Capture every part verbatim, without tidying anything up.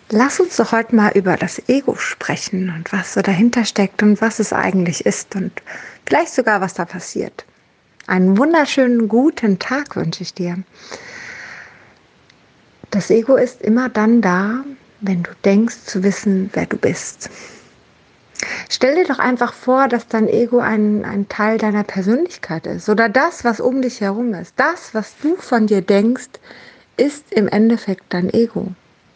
Lass uns doch heute mal über das Ego sprechen und was so dahinter steckt und was es eigentlich ist und vielleicht sogar, was da passiert. Einen wunderschönen guten Tag wünsche ich dir. Das Ego ist immer dann da, wenn du denkst zu wissen, wer du bist. Stell dir doch einfach vor, dass dein Ego ein, ein Teil deiner Persönlichkeit ist oder das, was um dich herum ist. Das, was du von dir denkst, ist im Endeffekt dein Ego.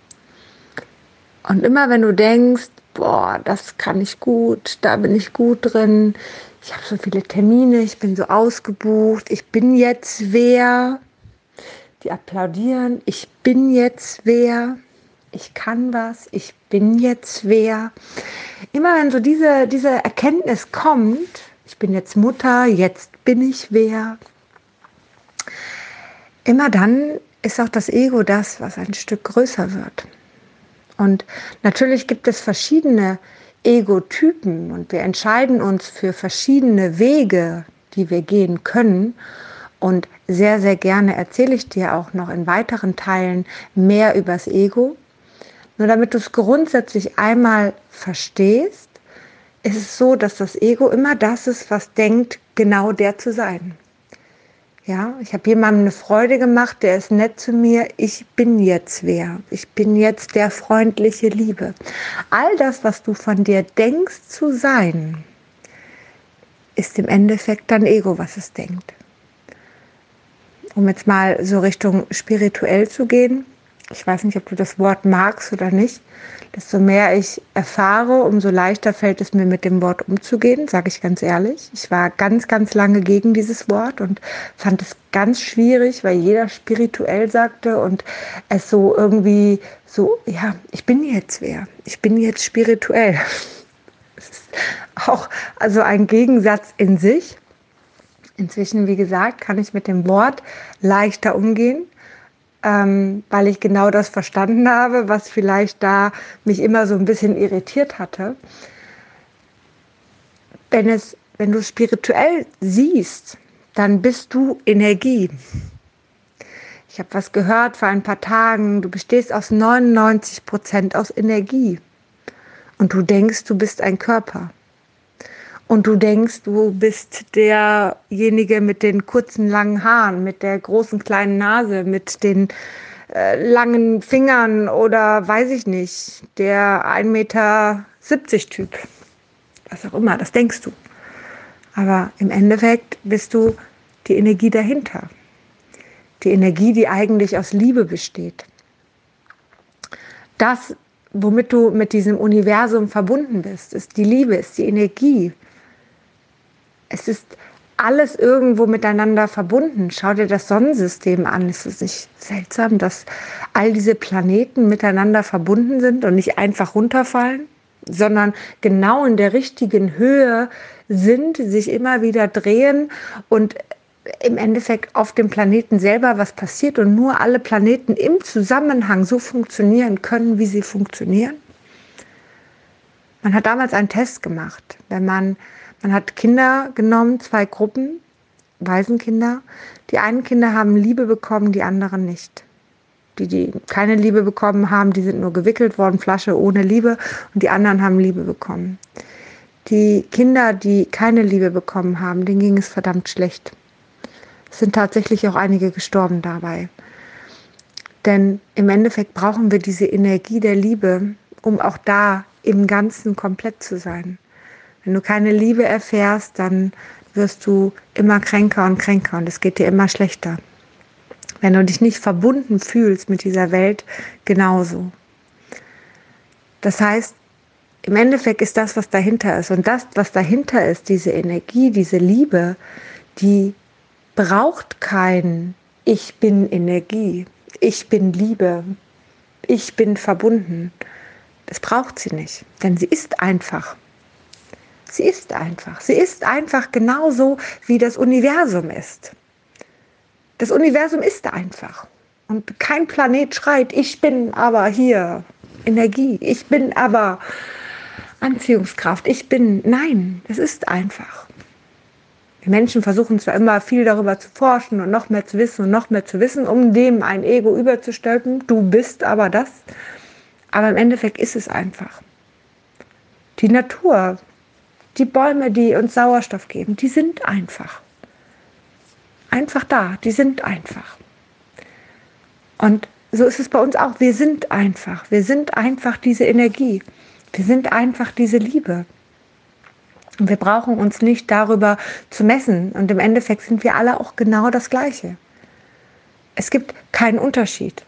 Und immer wenn du denkst, boah, das kann ich gut, da bin ich gut drin, ich habe so viele Termine, ich bin so ausgebucht, ich bin jetzt wer, die applaudieren, ich bin jetzt wer, ich kann was, ich bin jetzt wer. Immer wenn so diese, diese Erkenntnis kommt, ich bin jetzt Mutter, jetzt bin ich wer, immer dann ist auch das Ego das, was ein Stück größer wird. Und natürlich gibt es verschiedene Ego-Typen und wir entscheiden uns für verschiedene Wege, die wir gehen können. Und sehr, sehr gerne erzähle ich dir auch noch in weiteren Teilen mehr über das Ego. Nur damit du es grundsätzlich einmal verstehst, ist es so, dass das Ego immer das ist, was denkt, genau der zu sein. Ja, ich habe jemandem eine Freude gemacht, der ist nett zu mir, ich bin jetzt wer, ich bin jetzt der freundliche Liebe. All das, was du von dir denkst zu sein, ist im Endeffekt dein Ego, was es denkt. Um jetzt mal so Richtung spirituell zu gehen, ich weiß nicht, ob du das Wort magst oder nicht, desto mehr ich erfahre, umso leichter fällt es mir, mit dem Wort umzugehen, sage ich ganz ehrlich. Ich war ganz, ganz lange gegen dieses Wort und fand es ganz schwierig, weil jeder spirituell sagte und es so irgendwie so, ja, ich bin jetzt wer, ich bin jetzt spirituell. Es ist auch also ein Gegensatz in sich. Inzwischen, wie gesagt, kann ich mit dem Wort leichter umgehen, ähm, weil ich genau das verstanden habe, was vielleicht da mich immer so ein bisschen irritiert hatte. Wenn es, wenn du spirituell siehst, dann bist du Energie. Ich habe was gehört vor ein paar Tagen, du bestehst aus neunundneunzig Prozent aus Energie und du denkst, du bist ein Körper. Und du denkst, du bist derjenige mit den kurzen, langen Haaren, mit der großen, kleinen Nase, mit den äh, langen Fingern oder weiß ich nicht, der ein Meter siebzig Typ. Was auch immer, das denkst du. Aber im Endeffekt bist du die Energie dahinter. Die Energie, die eigentlich aus Liebe besteht. Das, womit du mit diesem Universum verbunden bist, ist die Liebe, ist die Energie. Es ist alles irgendwo miteinander verbunden. Schau dir das Sonnensystem an. Ist es nicht seltsam, dass all diese Planeten miteinander verbunden sind und nicht einfach runterfallen, sondern genau in der richtigen Höhe sind, sich immer wieder drehen und im Endeffekt auf dem Planeten selber was passiert und nur alle Planeten im Zusammenhang so funktionieren können, wie sie funktionieren? Man hat damals einen Test gemacht, wenn man Man hat Kinder genommen, zwei Gruppen, Waisenkinder. Die einen Kinder haben Liebe bekommen, die anderen nicht. Die, die keine Liebe bekommen haben, die sind nur gewickelt worden, Flasche ohne Liebe. Und die anderen haben Liebe bekommen. Die Kinder, die keine Liebe bekommen haben, denen ging es verdammt schlecht. Es sind tatsächlich auch einige gestorben dabei. Denn im Endeffekt brauchen wir diese Energie der Liebe, um auch da im Ganzen komplett zu sein. Wenn du keine Liebe erfährst, dann wirst du immer kränker und kränker und es geht dir immer schlechter. Wenn du dich nicht verbunden fühlst mit dieser Welt, genauso. Das heißt, im Endeffekt ist das, was dahinter ist. Und das, was dahinter ist, diese Energie, diese Liebe, die braucht kein Ich bin Energie, ich bin Liebe, ich bin verbunden. Das braucht sie nicht, denn sie ist einfach. Sie ist einfach. Sie ist einfach genauso, wie das Universum ist. Das Universum ist einfach. Und kein Planet schreit, ich bin aber hier Energie, ich bin aber Anziehungskraft, ich bin... Nein, es ist einfach. Wir Menschen versuchen zwar immer viel darüber zu forschen und noch mehr zu wissen und noch mehr zu wissen, um dem ein Ego überzustülpen. Du bist aber das. Aber im Endeffekt ist es einfach. Die Natur, die Bäume, die uns Sauerstoff geben, die sind einfach. Einfach da, die sind einfach. Und so ist es bei uns auch. Wir sind einfach. Wir sind einfach diese Energie. Wir sind einfach diese Liebe. Und wir brauchen uns nicht darüber zu messen. Und im Endeffekt sind wir alle auch genau das Gleiche. Es gibt keinen Unterschied.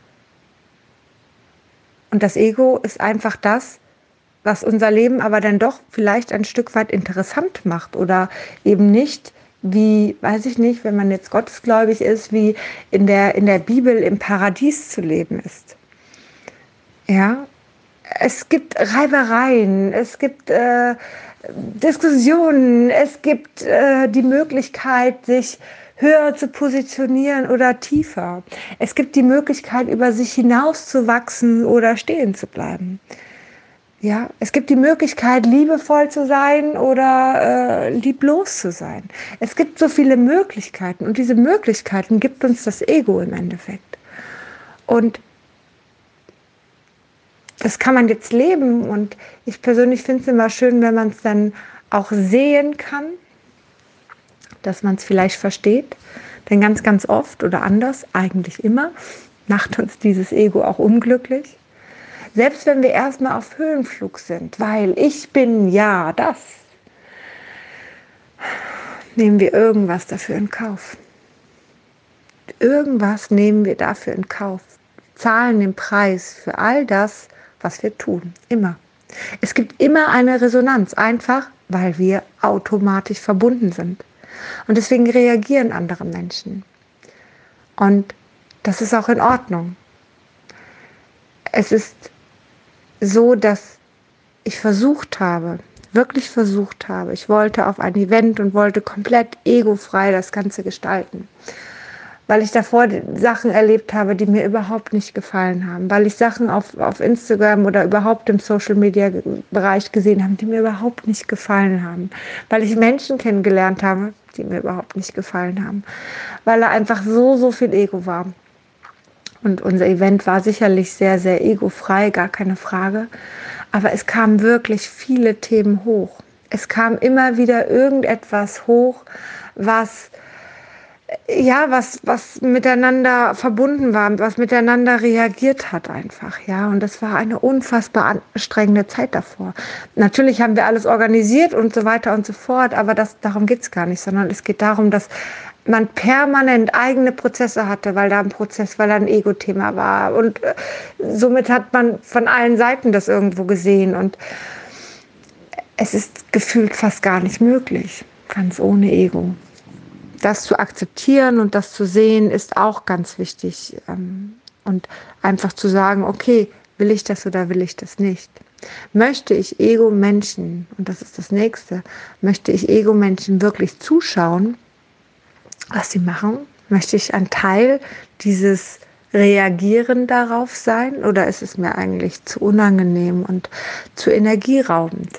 Und das Ego ist einfach das, was unser Leben aber dann doch vielleicht ein Stück weit interessant macht oder eben nicht, wie, weiß ich nicht, wenn man jetzt gottesgläubig ist, wie in der, in der Bibel im Paradies zu leben ist. Ja, es gibt Reibereien, es gibt äh, Diskussionen, es gibt äh, die Möglichkeit, sich höher zu positionieren oder tiefer. Es gibt die Möglichkeit, über sich hinauszuwachsen oder stehen zu bleiben. Ja, es gibt die Möglichkeit, liebevoll zu sein oder äh, lieblos zu sein. Es gibt so viele Möglichkeiten und diese Möglichkeiten gibt uns das Ego im Endeffekt. Und das kann man jetzt leben und ich persönlich finde es immer schön, wenn man es dann auch sehen kann, dass man es vielleicht versteht. Denn ganz, ganz oft oder anders, eigentlich immer, macht uns dieses Ego auch unglücklich. Selbst wenn wir erstmal auf Höhenflug sind, weil ich bin ja das, nehmen wir irgendwas dafür in Kauf. Irgendwas nehmen wir dafür in Kauf. Zahlen den Preis für all das, was wir tun. Immer. Es gibt immer eine Resonanz, einfach weil wir automatisch verbunden sind. Und deswegen reagieren andere Menschen. Und das ist auch in Ordnung. Es ist so, dass ich versucht habe, wirklich versucht habe, ich wollte auf ein Event und wollte komplett egofrei das Ganze gestalten, weil ich davor Sachen erlebt habe, die mir überhaupt nicht gefallen haben, weil ich Sachen auf, auf Instagram oder überhaupt im Social-Media-Bereich gesehen habe, die mir überhaupt nicht gefallen haben, weil ich Menschen kennengelernt habe, die mir überhaupt nicht gefallen haben, weil da einfach so, so viel Ego war. Und unser Event war sicherlich sehr, sehr egofrei, gar keine Frage. Aber es kamen wirklich viele Themen hoch. Es kam immer wieder irgendetwas hoch, was, ja, was, was miteinander verbunden war, was miteinander reagiert hat einfach. Ja, und das war eine unfassbar anstrengende Zeit davor. Natürlich haben wir alles organisiert und so weiter und so fort, aber das, darum geht es gar nicht, sondern es geht darum, dass man permanent eigene Prozesse hatte, weil da ein Prozess, weil da ein Ego-Thema war. Und äh, somit hat man von allen Seiten das irgendwo gesehen. Und es ist gefühlt fast gar nicht möglich, ganz ohne Ego. Das zu akzeptieren und das zu sehen, ist auch ganz wichtig. Ähm, und einfach zu sagen, okay, will ich das oder will ich das nicht? Möchte ich Ego-Menschen, und das ist das Nächste, möchte ich Ego-Menschen wirklich zuschauen, was sie machen? Möchte ich ein Teil dieses Reagieren darauf sein oder ist es mir eigentlich zu unangenehm und zu energieraubend?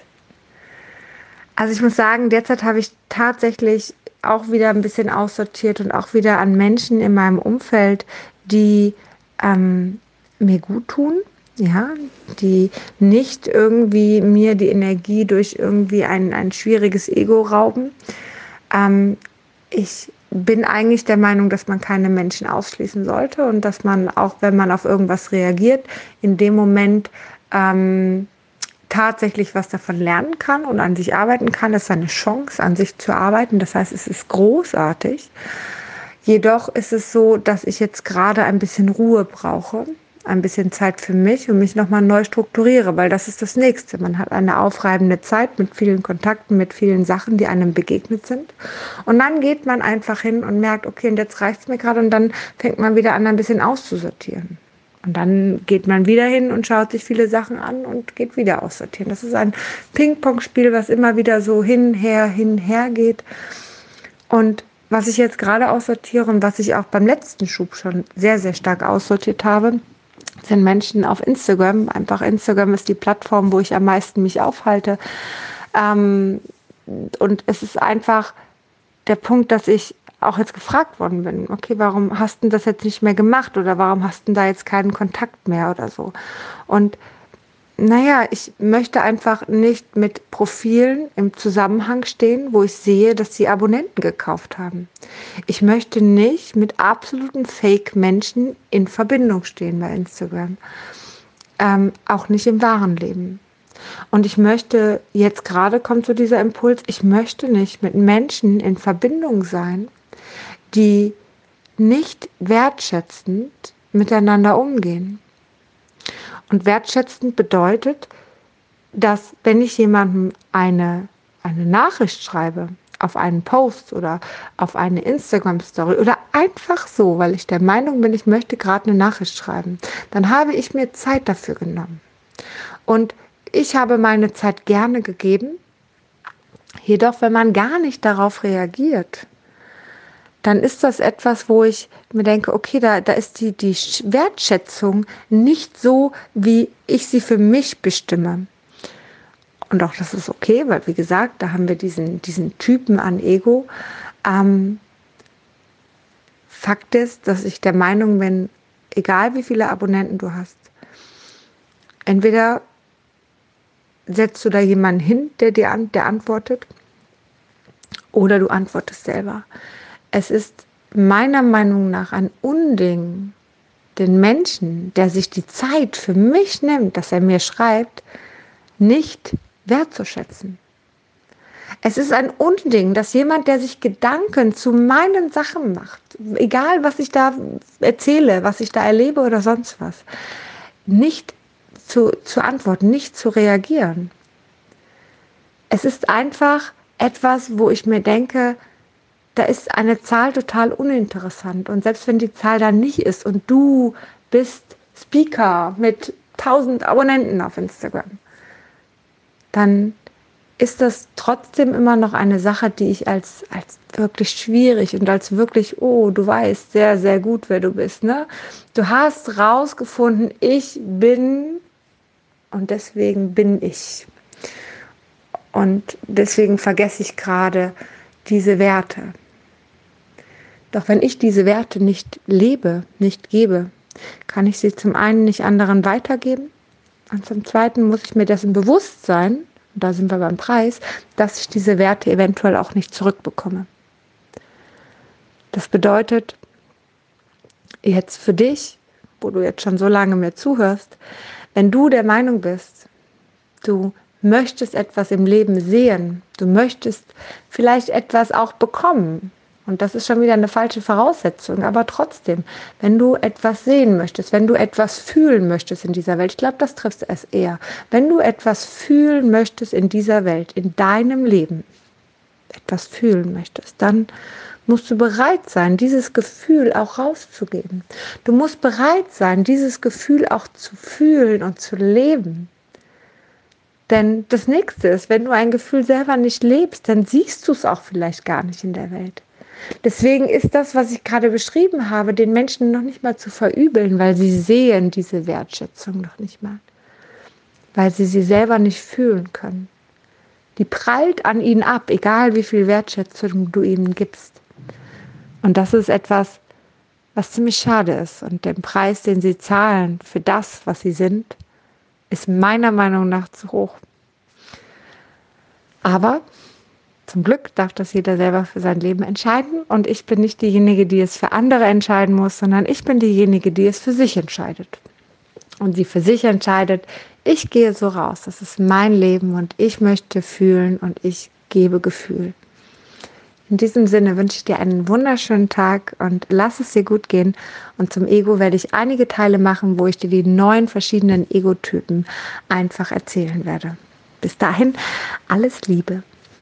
Also ich muss sagen, derzeit habe ich tatsächlich auch wieder ein bisschen aussortiert und auch wieder an Menschen in meinem Umfeld, die ähm, mir gut tun, ja, die nicht irgendwie mir die Energie durch irgendwie ein, ein schwieriges Ego rauben. Ähm, ich bin eigentlich der Meinung, dass man keine Menschen ausschließen sollte und dass man, auch wenn man auf irgendwas reagiert, in dem Moment ähm, tatsächlich was davon lernen kann und an sich arbeiten kann. Es ist eine Chance, an sich zu arbeiten. Das heißt, es ist großartig. Jedoch ist es so, dass ich jetzt gerade ein bisschen Ruhe brauche, ein bisschen Zeit für mich und mich nochmal neu strukturiere, weil das ist das Nächste. Man hat eine aufreibende Zeit mit vielen Kontakten, mit vielen Sachen, die einem begegnet sind. Und dann geht man einfach hin und merkt, okay, und jetzt reicht es mir gerade und dann fängt man wieder an, ein bisschen auszusortieren. Und dann geht man wieder hin und schaut sich viele Sachen an und geht wieder aussortieren. Das ist ein Ping-Pong-Spiel, was immer wieder so hinher, hinher geht. Und was ich jetzt gerade aussortiere und was ich auch beim letzten Schub schon sehr, sehr stark aussortiert habe, sind Menschen auf Instagram. Einfach Instagram ist die Plattform, wo ich am meisten mich aufhalte. Ähm, und es ist einfach der Punkt, dass ich auch jetzt gefragt worden bin, okay, warum hast du das jetzt nicht mehr gemacht oder warum hast du da jetzt keinen Kontakt mehr oder so. Und naja, ich möchte einfach nicht mit Profilen im Zusammenhang stehen, wo ich sehe, dass sie Abonnenten gekauft haben. Ich möchte nicht mit absoluten Fake-Menschen in Verbindung stehen bei Instagram. Ähm, auch nicht im wahren Leben. Und ich möchte, jetzt gerade kommt so dieser Impuls, ich möchte nicht mit Menschen in Verbindung sein, die nicht wertschätzend miteinander umgehen. Und wertschätzend bedeutet, dass wenn ich jemandem eine, eine Nachricht schreibe, auf einen Post oder auf eine Instagram-Story oder einfach so, weil ich der Meinung bin, ich möchte gerade eine Nachricht schreiben, dann habe ich mir Zeit dafür genommen. Und ich habe meine Zeit gerne gegeben. Jedoch, wenn man gar nicht darauf reagiert, dann ist das etwas, wo ich mir denke, okay, da, da ist die, die Wertschätzung nicht so, wie ich sie für mich bestimme. Und auch das ist okay, weil wie gesagt, da haben wir diesen, diesen Typen an Ego. Ähm, Fakt ist, dass ich der Meinung bin, egal wie viele Abonnenten du hast, entweder setzt du da jemanden hin, der dir an, der antwortet, oder du antwortest selber. Es ist meiner Meinung nach ein Unding, den Menschen, der sich die Zeit für mich nimmt, dass er mir schreibt, nicht wertzuschätzen. Es ist ein Unding, dass jemand, der sich Gedanken zu meinen Sachen macht, egal was ich da erzähle, was ich da erlebe oder sonst was, nicht zu, zu antworten, nicht zu reagieren. Es ist einfach etwas, wo ich mir denke, da ist eine Zahl total uninteressant. Und selbst wenn die Zahl da nicht ist und du bist Speaker mit tausend Abonnenten auf Instagram, dann ist das trotzdem immer noch eine Sache, die ich als, als wirklich schwierig und als wirklich, oh, du weißt sehr, sehr gut, wer du bist. Ne? Du hast rausgefunden, ich bin und deswegen bin ich. Und deswegen vergesse ich gerade diese Werte. Doch wenn ich diese Werte nicht lebe, nicht gebe, kann ich sie zum einen nicht anderen weitergeben und zum zweiten muss ich mir dessen bewusst sein, und da sind wir beim Preis, dass ich diese Werte eventuell auch nicht zurückbekomme. Das bedeutet, jetzt für dich, wo du jetzt schon so lange mir zuhörst, wenn du der Meinung bist, du möchtest etwas im Leben sehen, du möchtest vielleicht etwas auch bekommen, und das ist schon wieder eine falsche Voraussetzung, aber trotzdem, wenn du etwas sehen möchtest, wenn du etwas fühlen möchtest in dieser Welt, ich glaube, das trifft es eher, wenn du etwas fühlen möchtest in dieser Welt, in deinem Leben, etwas fühlen möchtest, dann musst du bereit sein, dieses Gefühl auch rauszugeben. Du musst bereit sein, dieses Gefühl auch zu fühlen und zu leben. Denn das Nächste ist, wenn du ein Gefühl selber nicht lebst, dann siehst du es auch vielleicht gar nicht in der Welt. Deswegen ist das, was ich gerade beschrieben habe, den Menschen noch nicht mal zu verübeln, weil sie sehen diese Wertschätzung noch nicht mal. Weil sie sie selber nicht fühlen können. Die prallt an ihnen ab, egal wie viel Wertschätzung du ihnen gibst. Und das ist etwas, was ziemlich schade ist. Und der Preis, den sie zahlen für das, was sie sind, ist meiner Meinung nach zu hoch. Aber zum Glück darf das jeder selber für sein Leben entscheiden. Und ich bin nicht diejenige, die es für andere entscheiden muss, sondern ich bin diejenige, die es für sich entscheidet. Und sie für sich entscheidet, ich gehe so raus, das ist mein Leben und ich möchte fühlen und ich gebe Gefühl. In diesem Sinne wünsche ich dir einen wunderschönen Tag und lass es dir gut gehen. Und zum Ego werde ich einige Teile machen, wo ich dir die neun verschiedenen Ego-Typen einfach erzählen werde. Bis dahin, alles Liebe.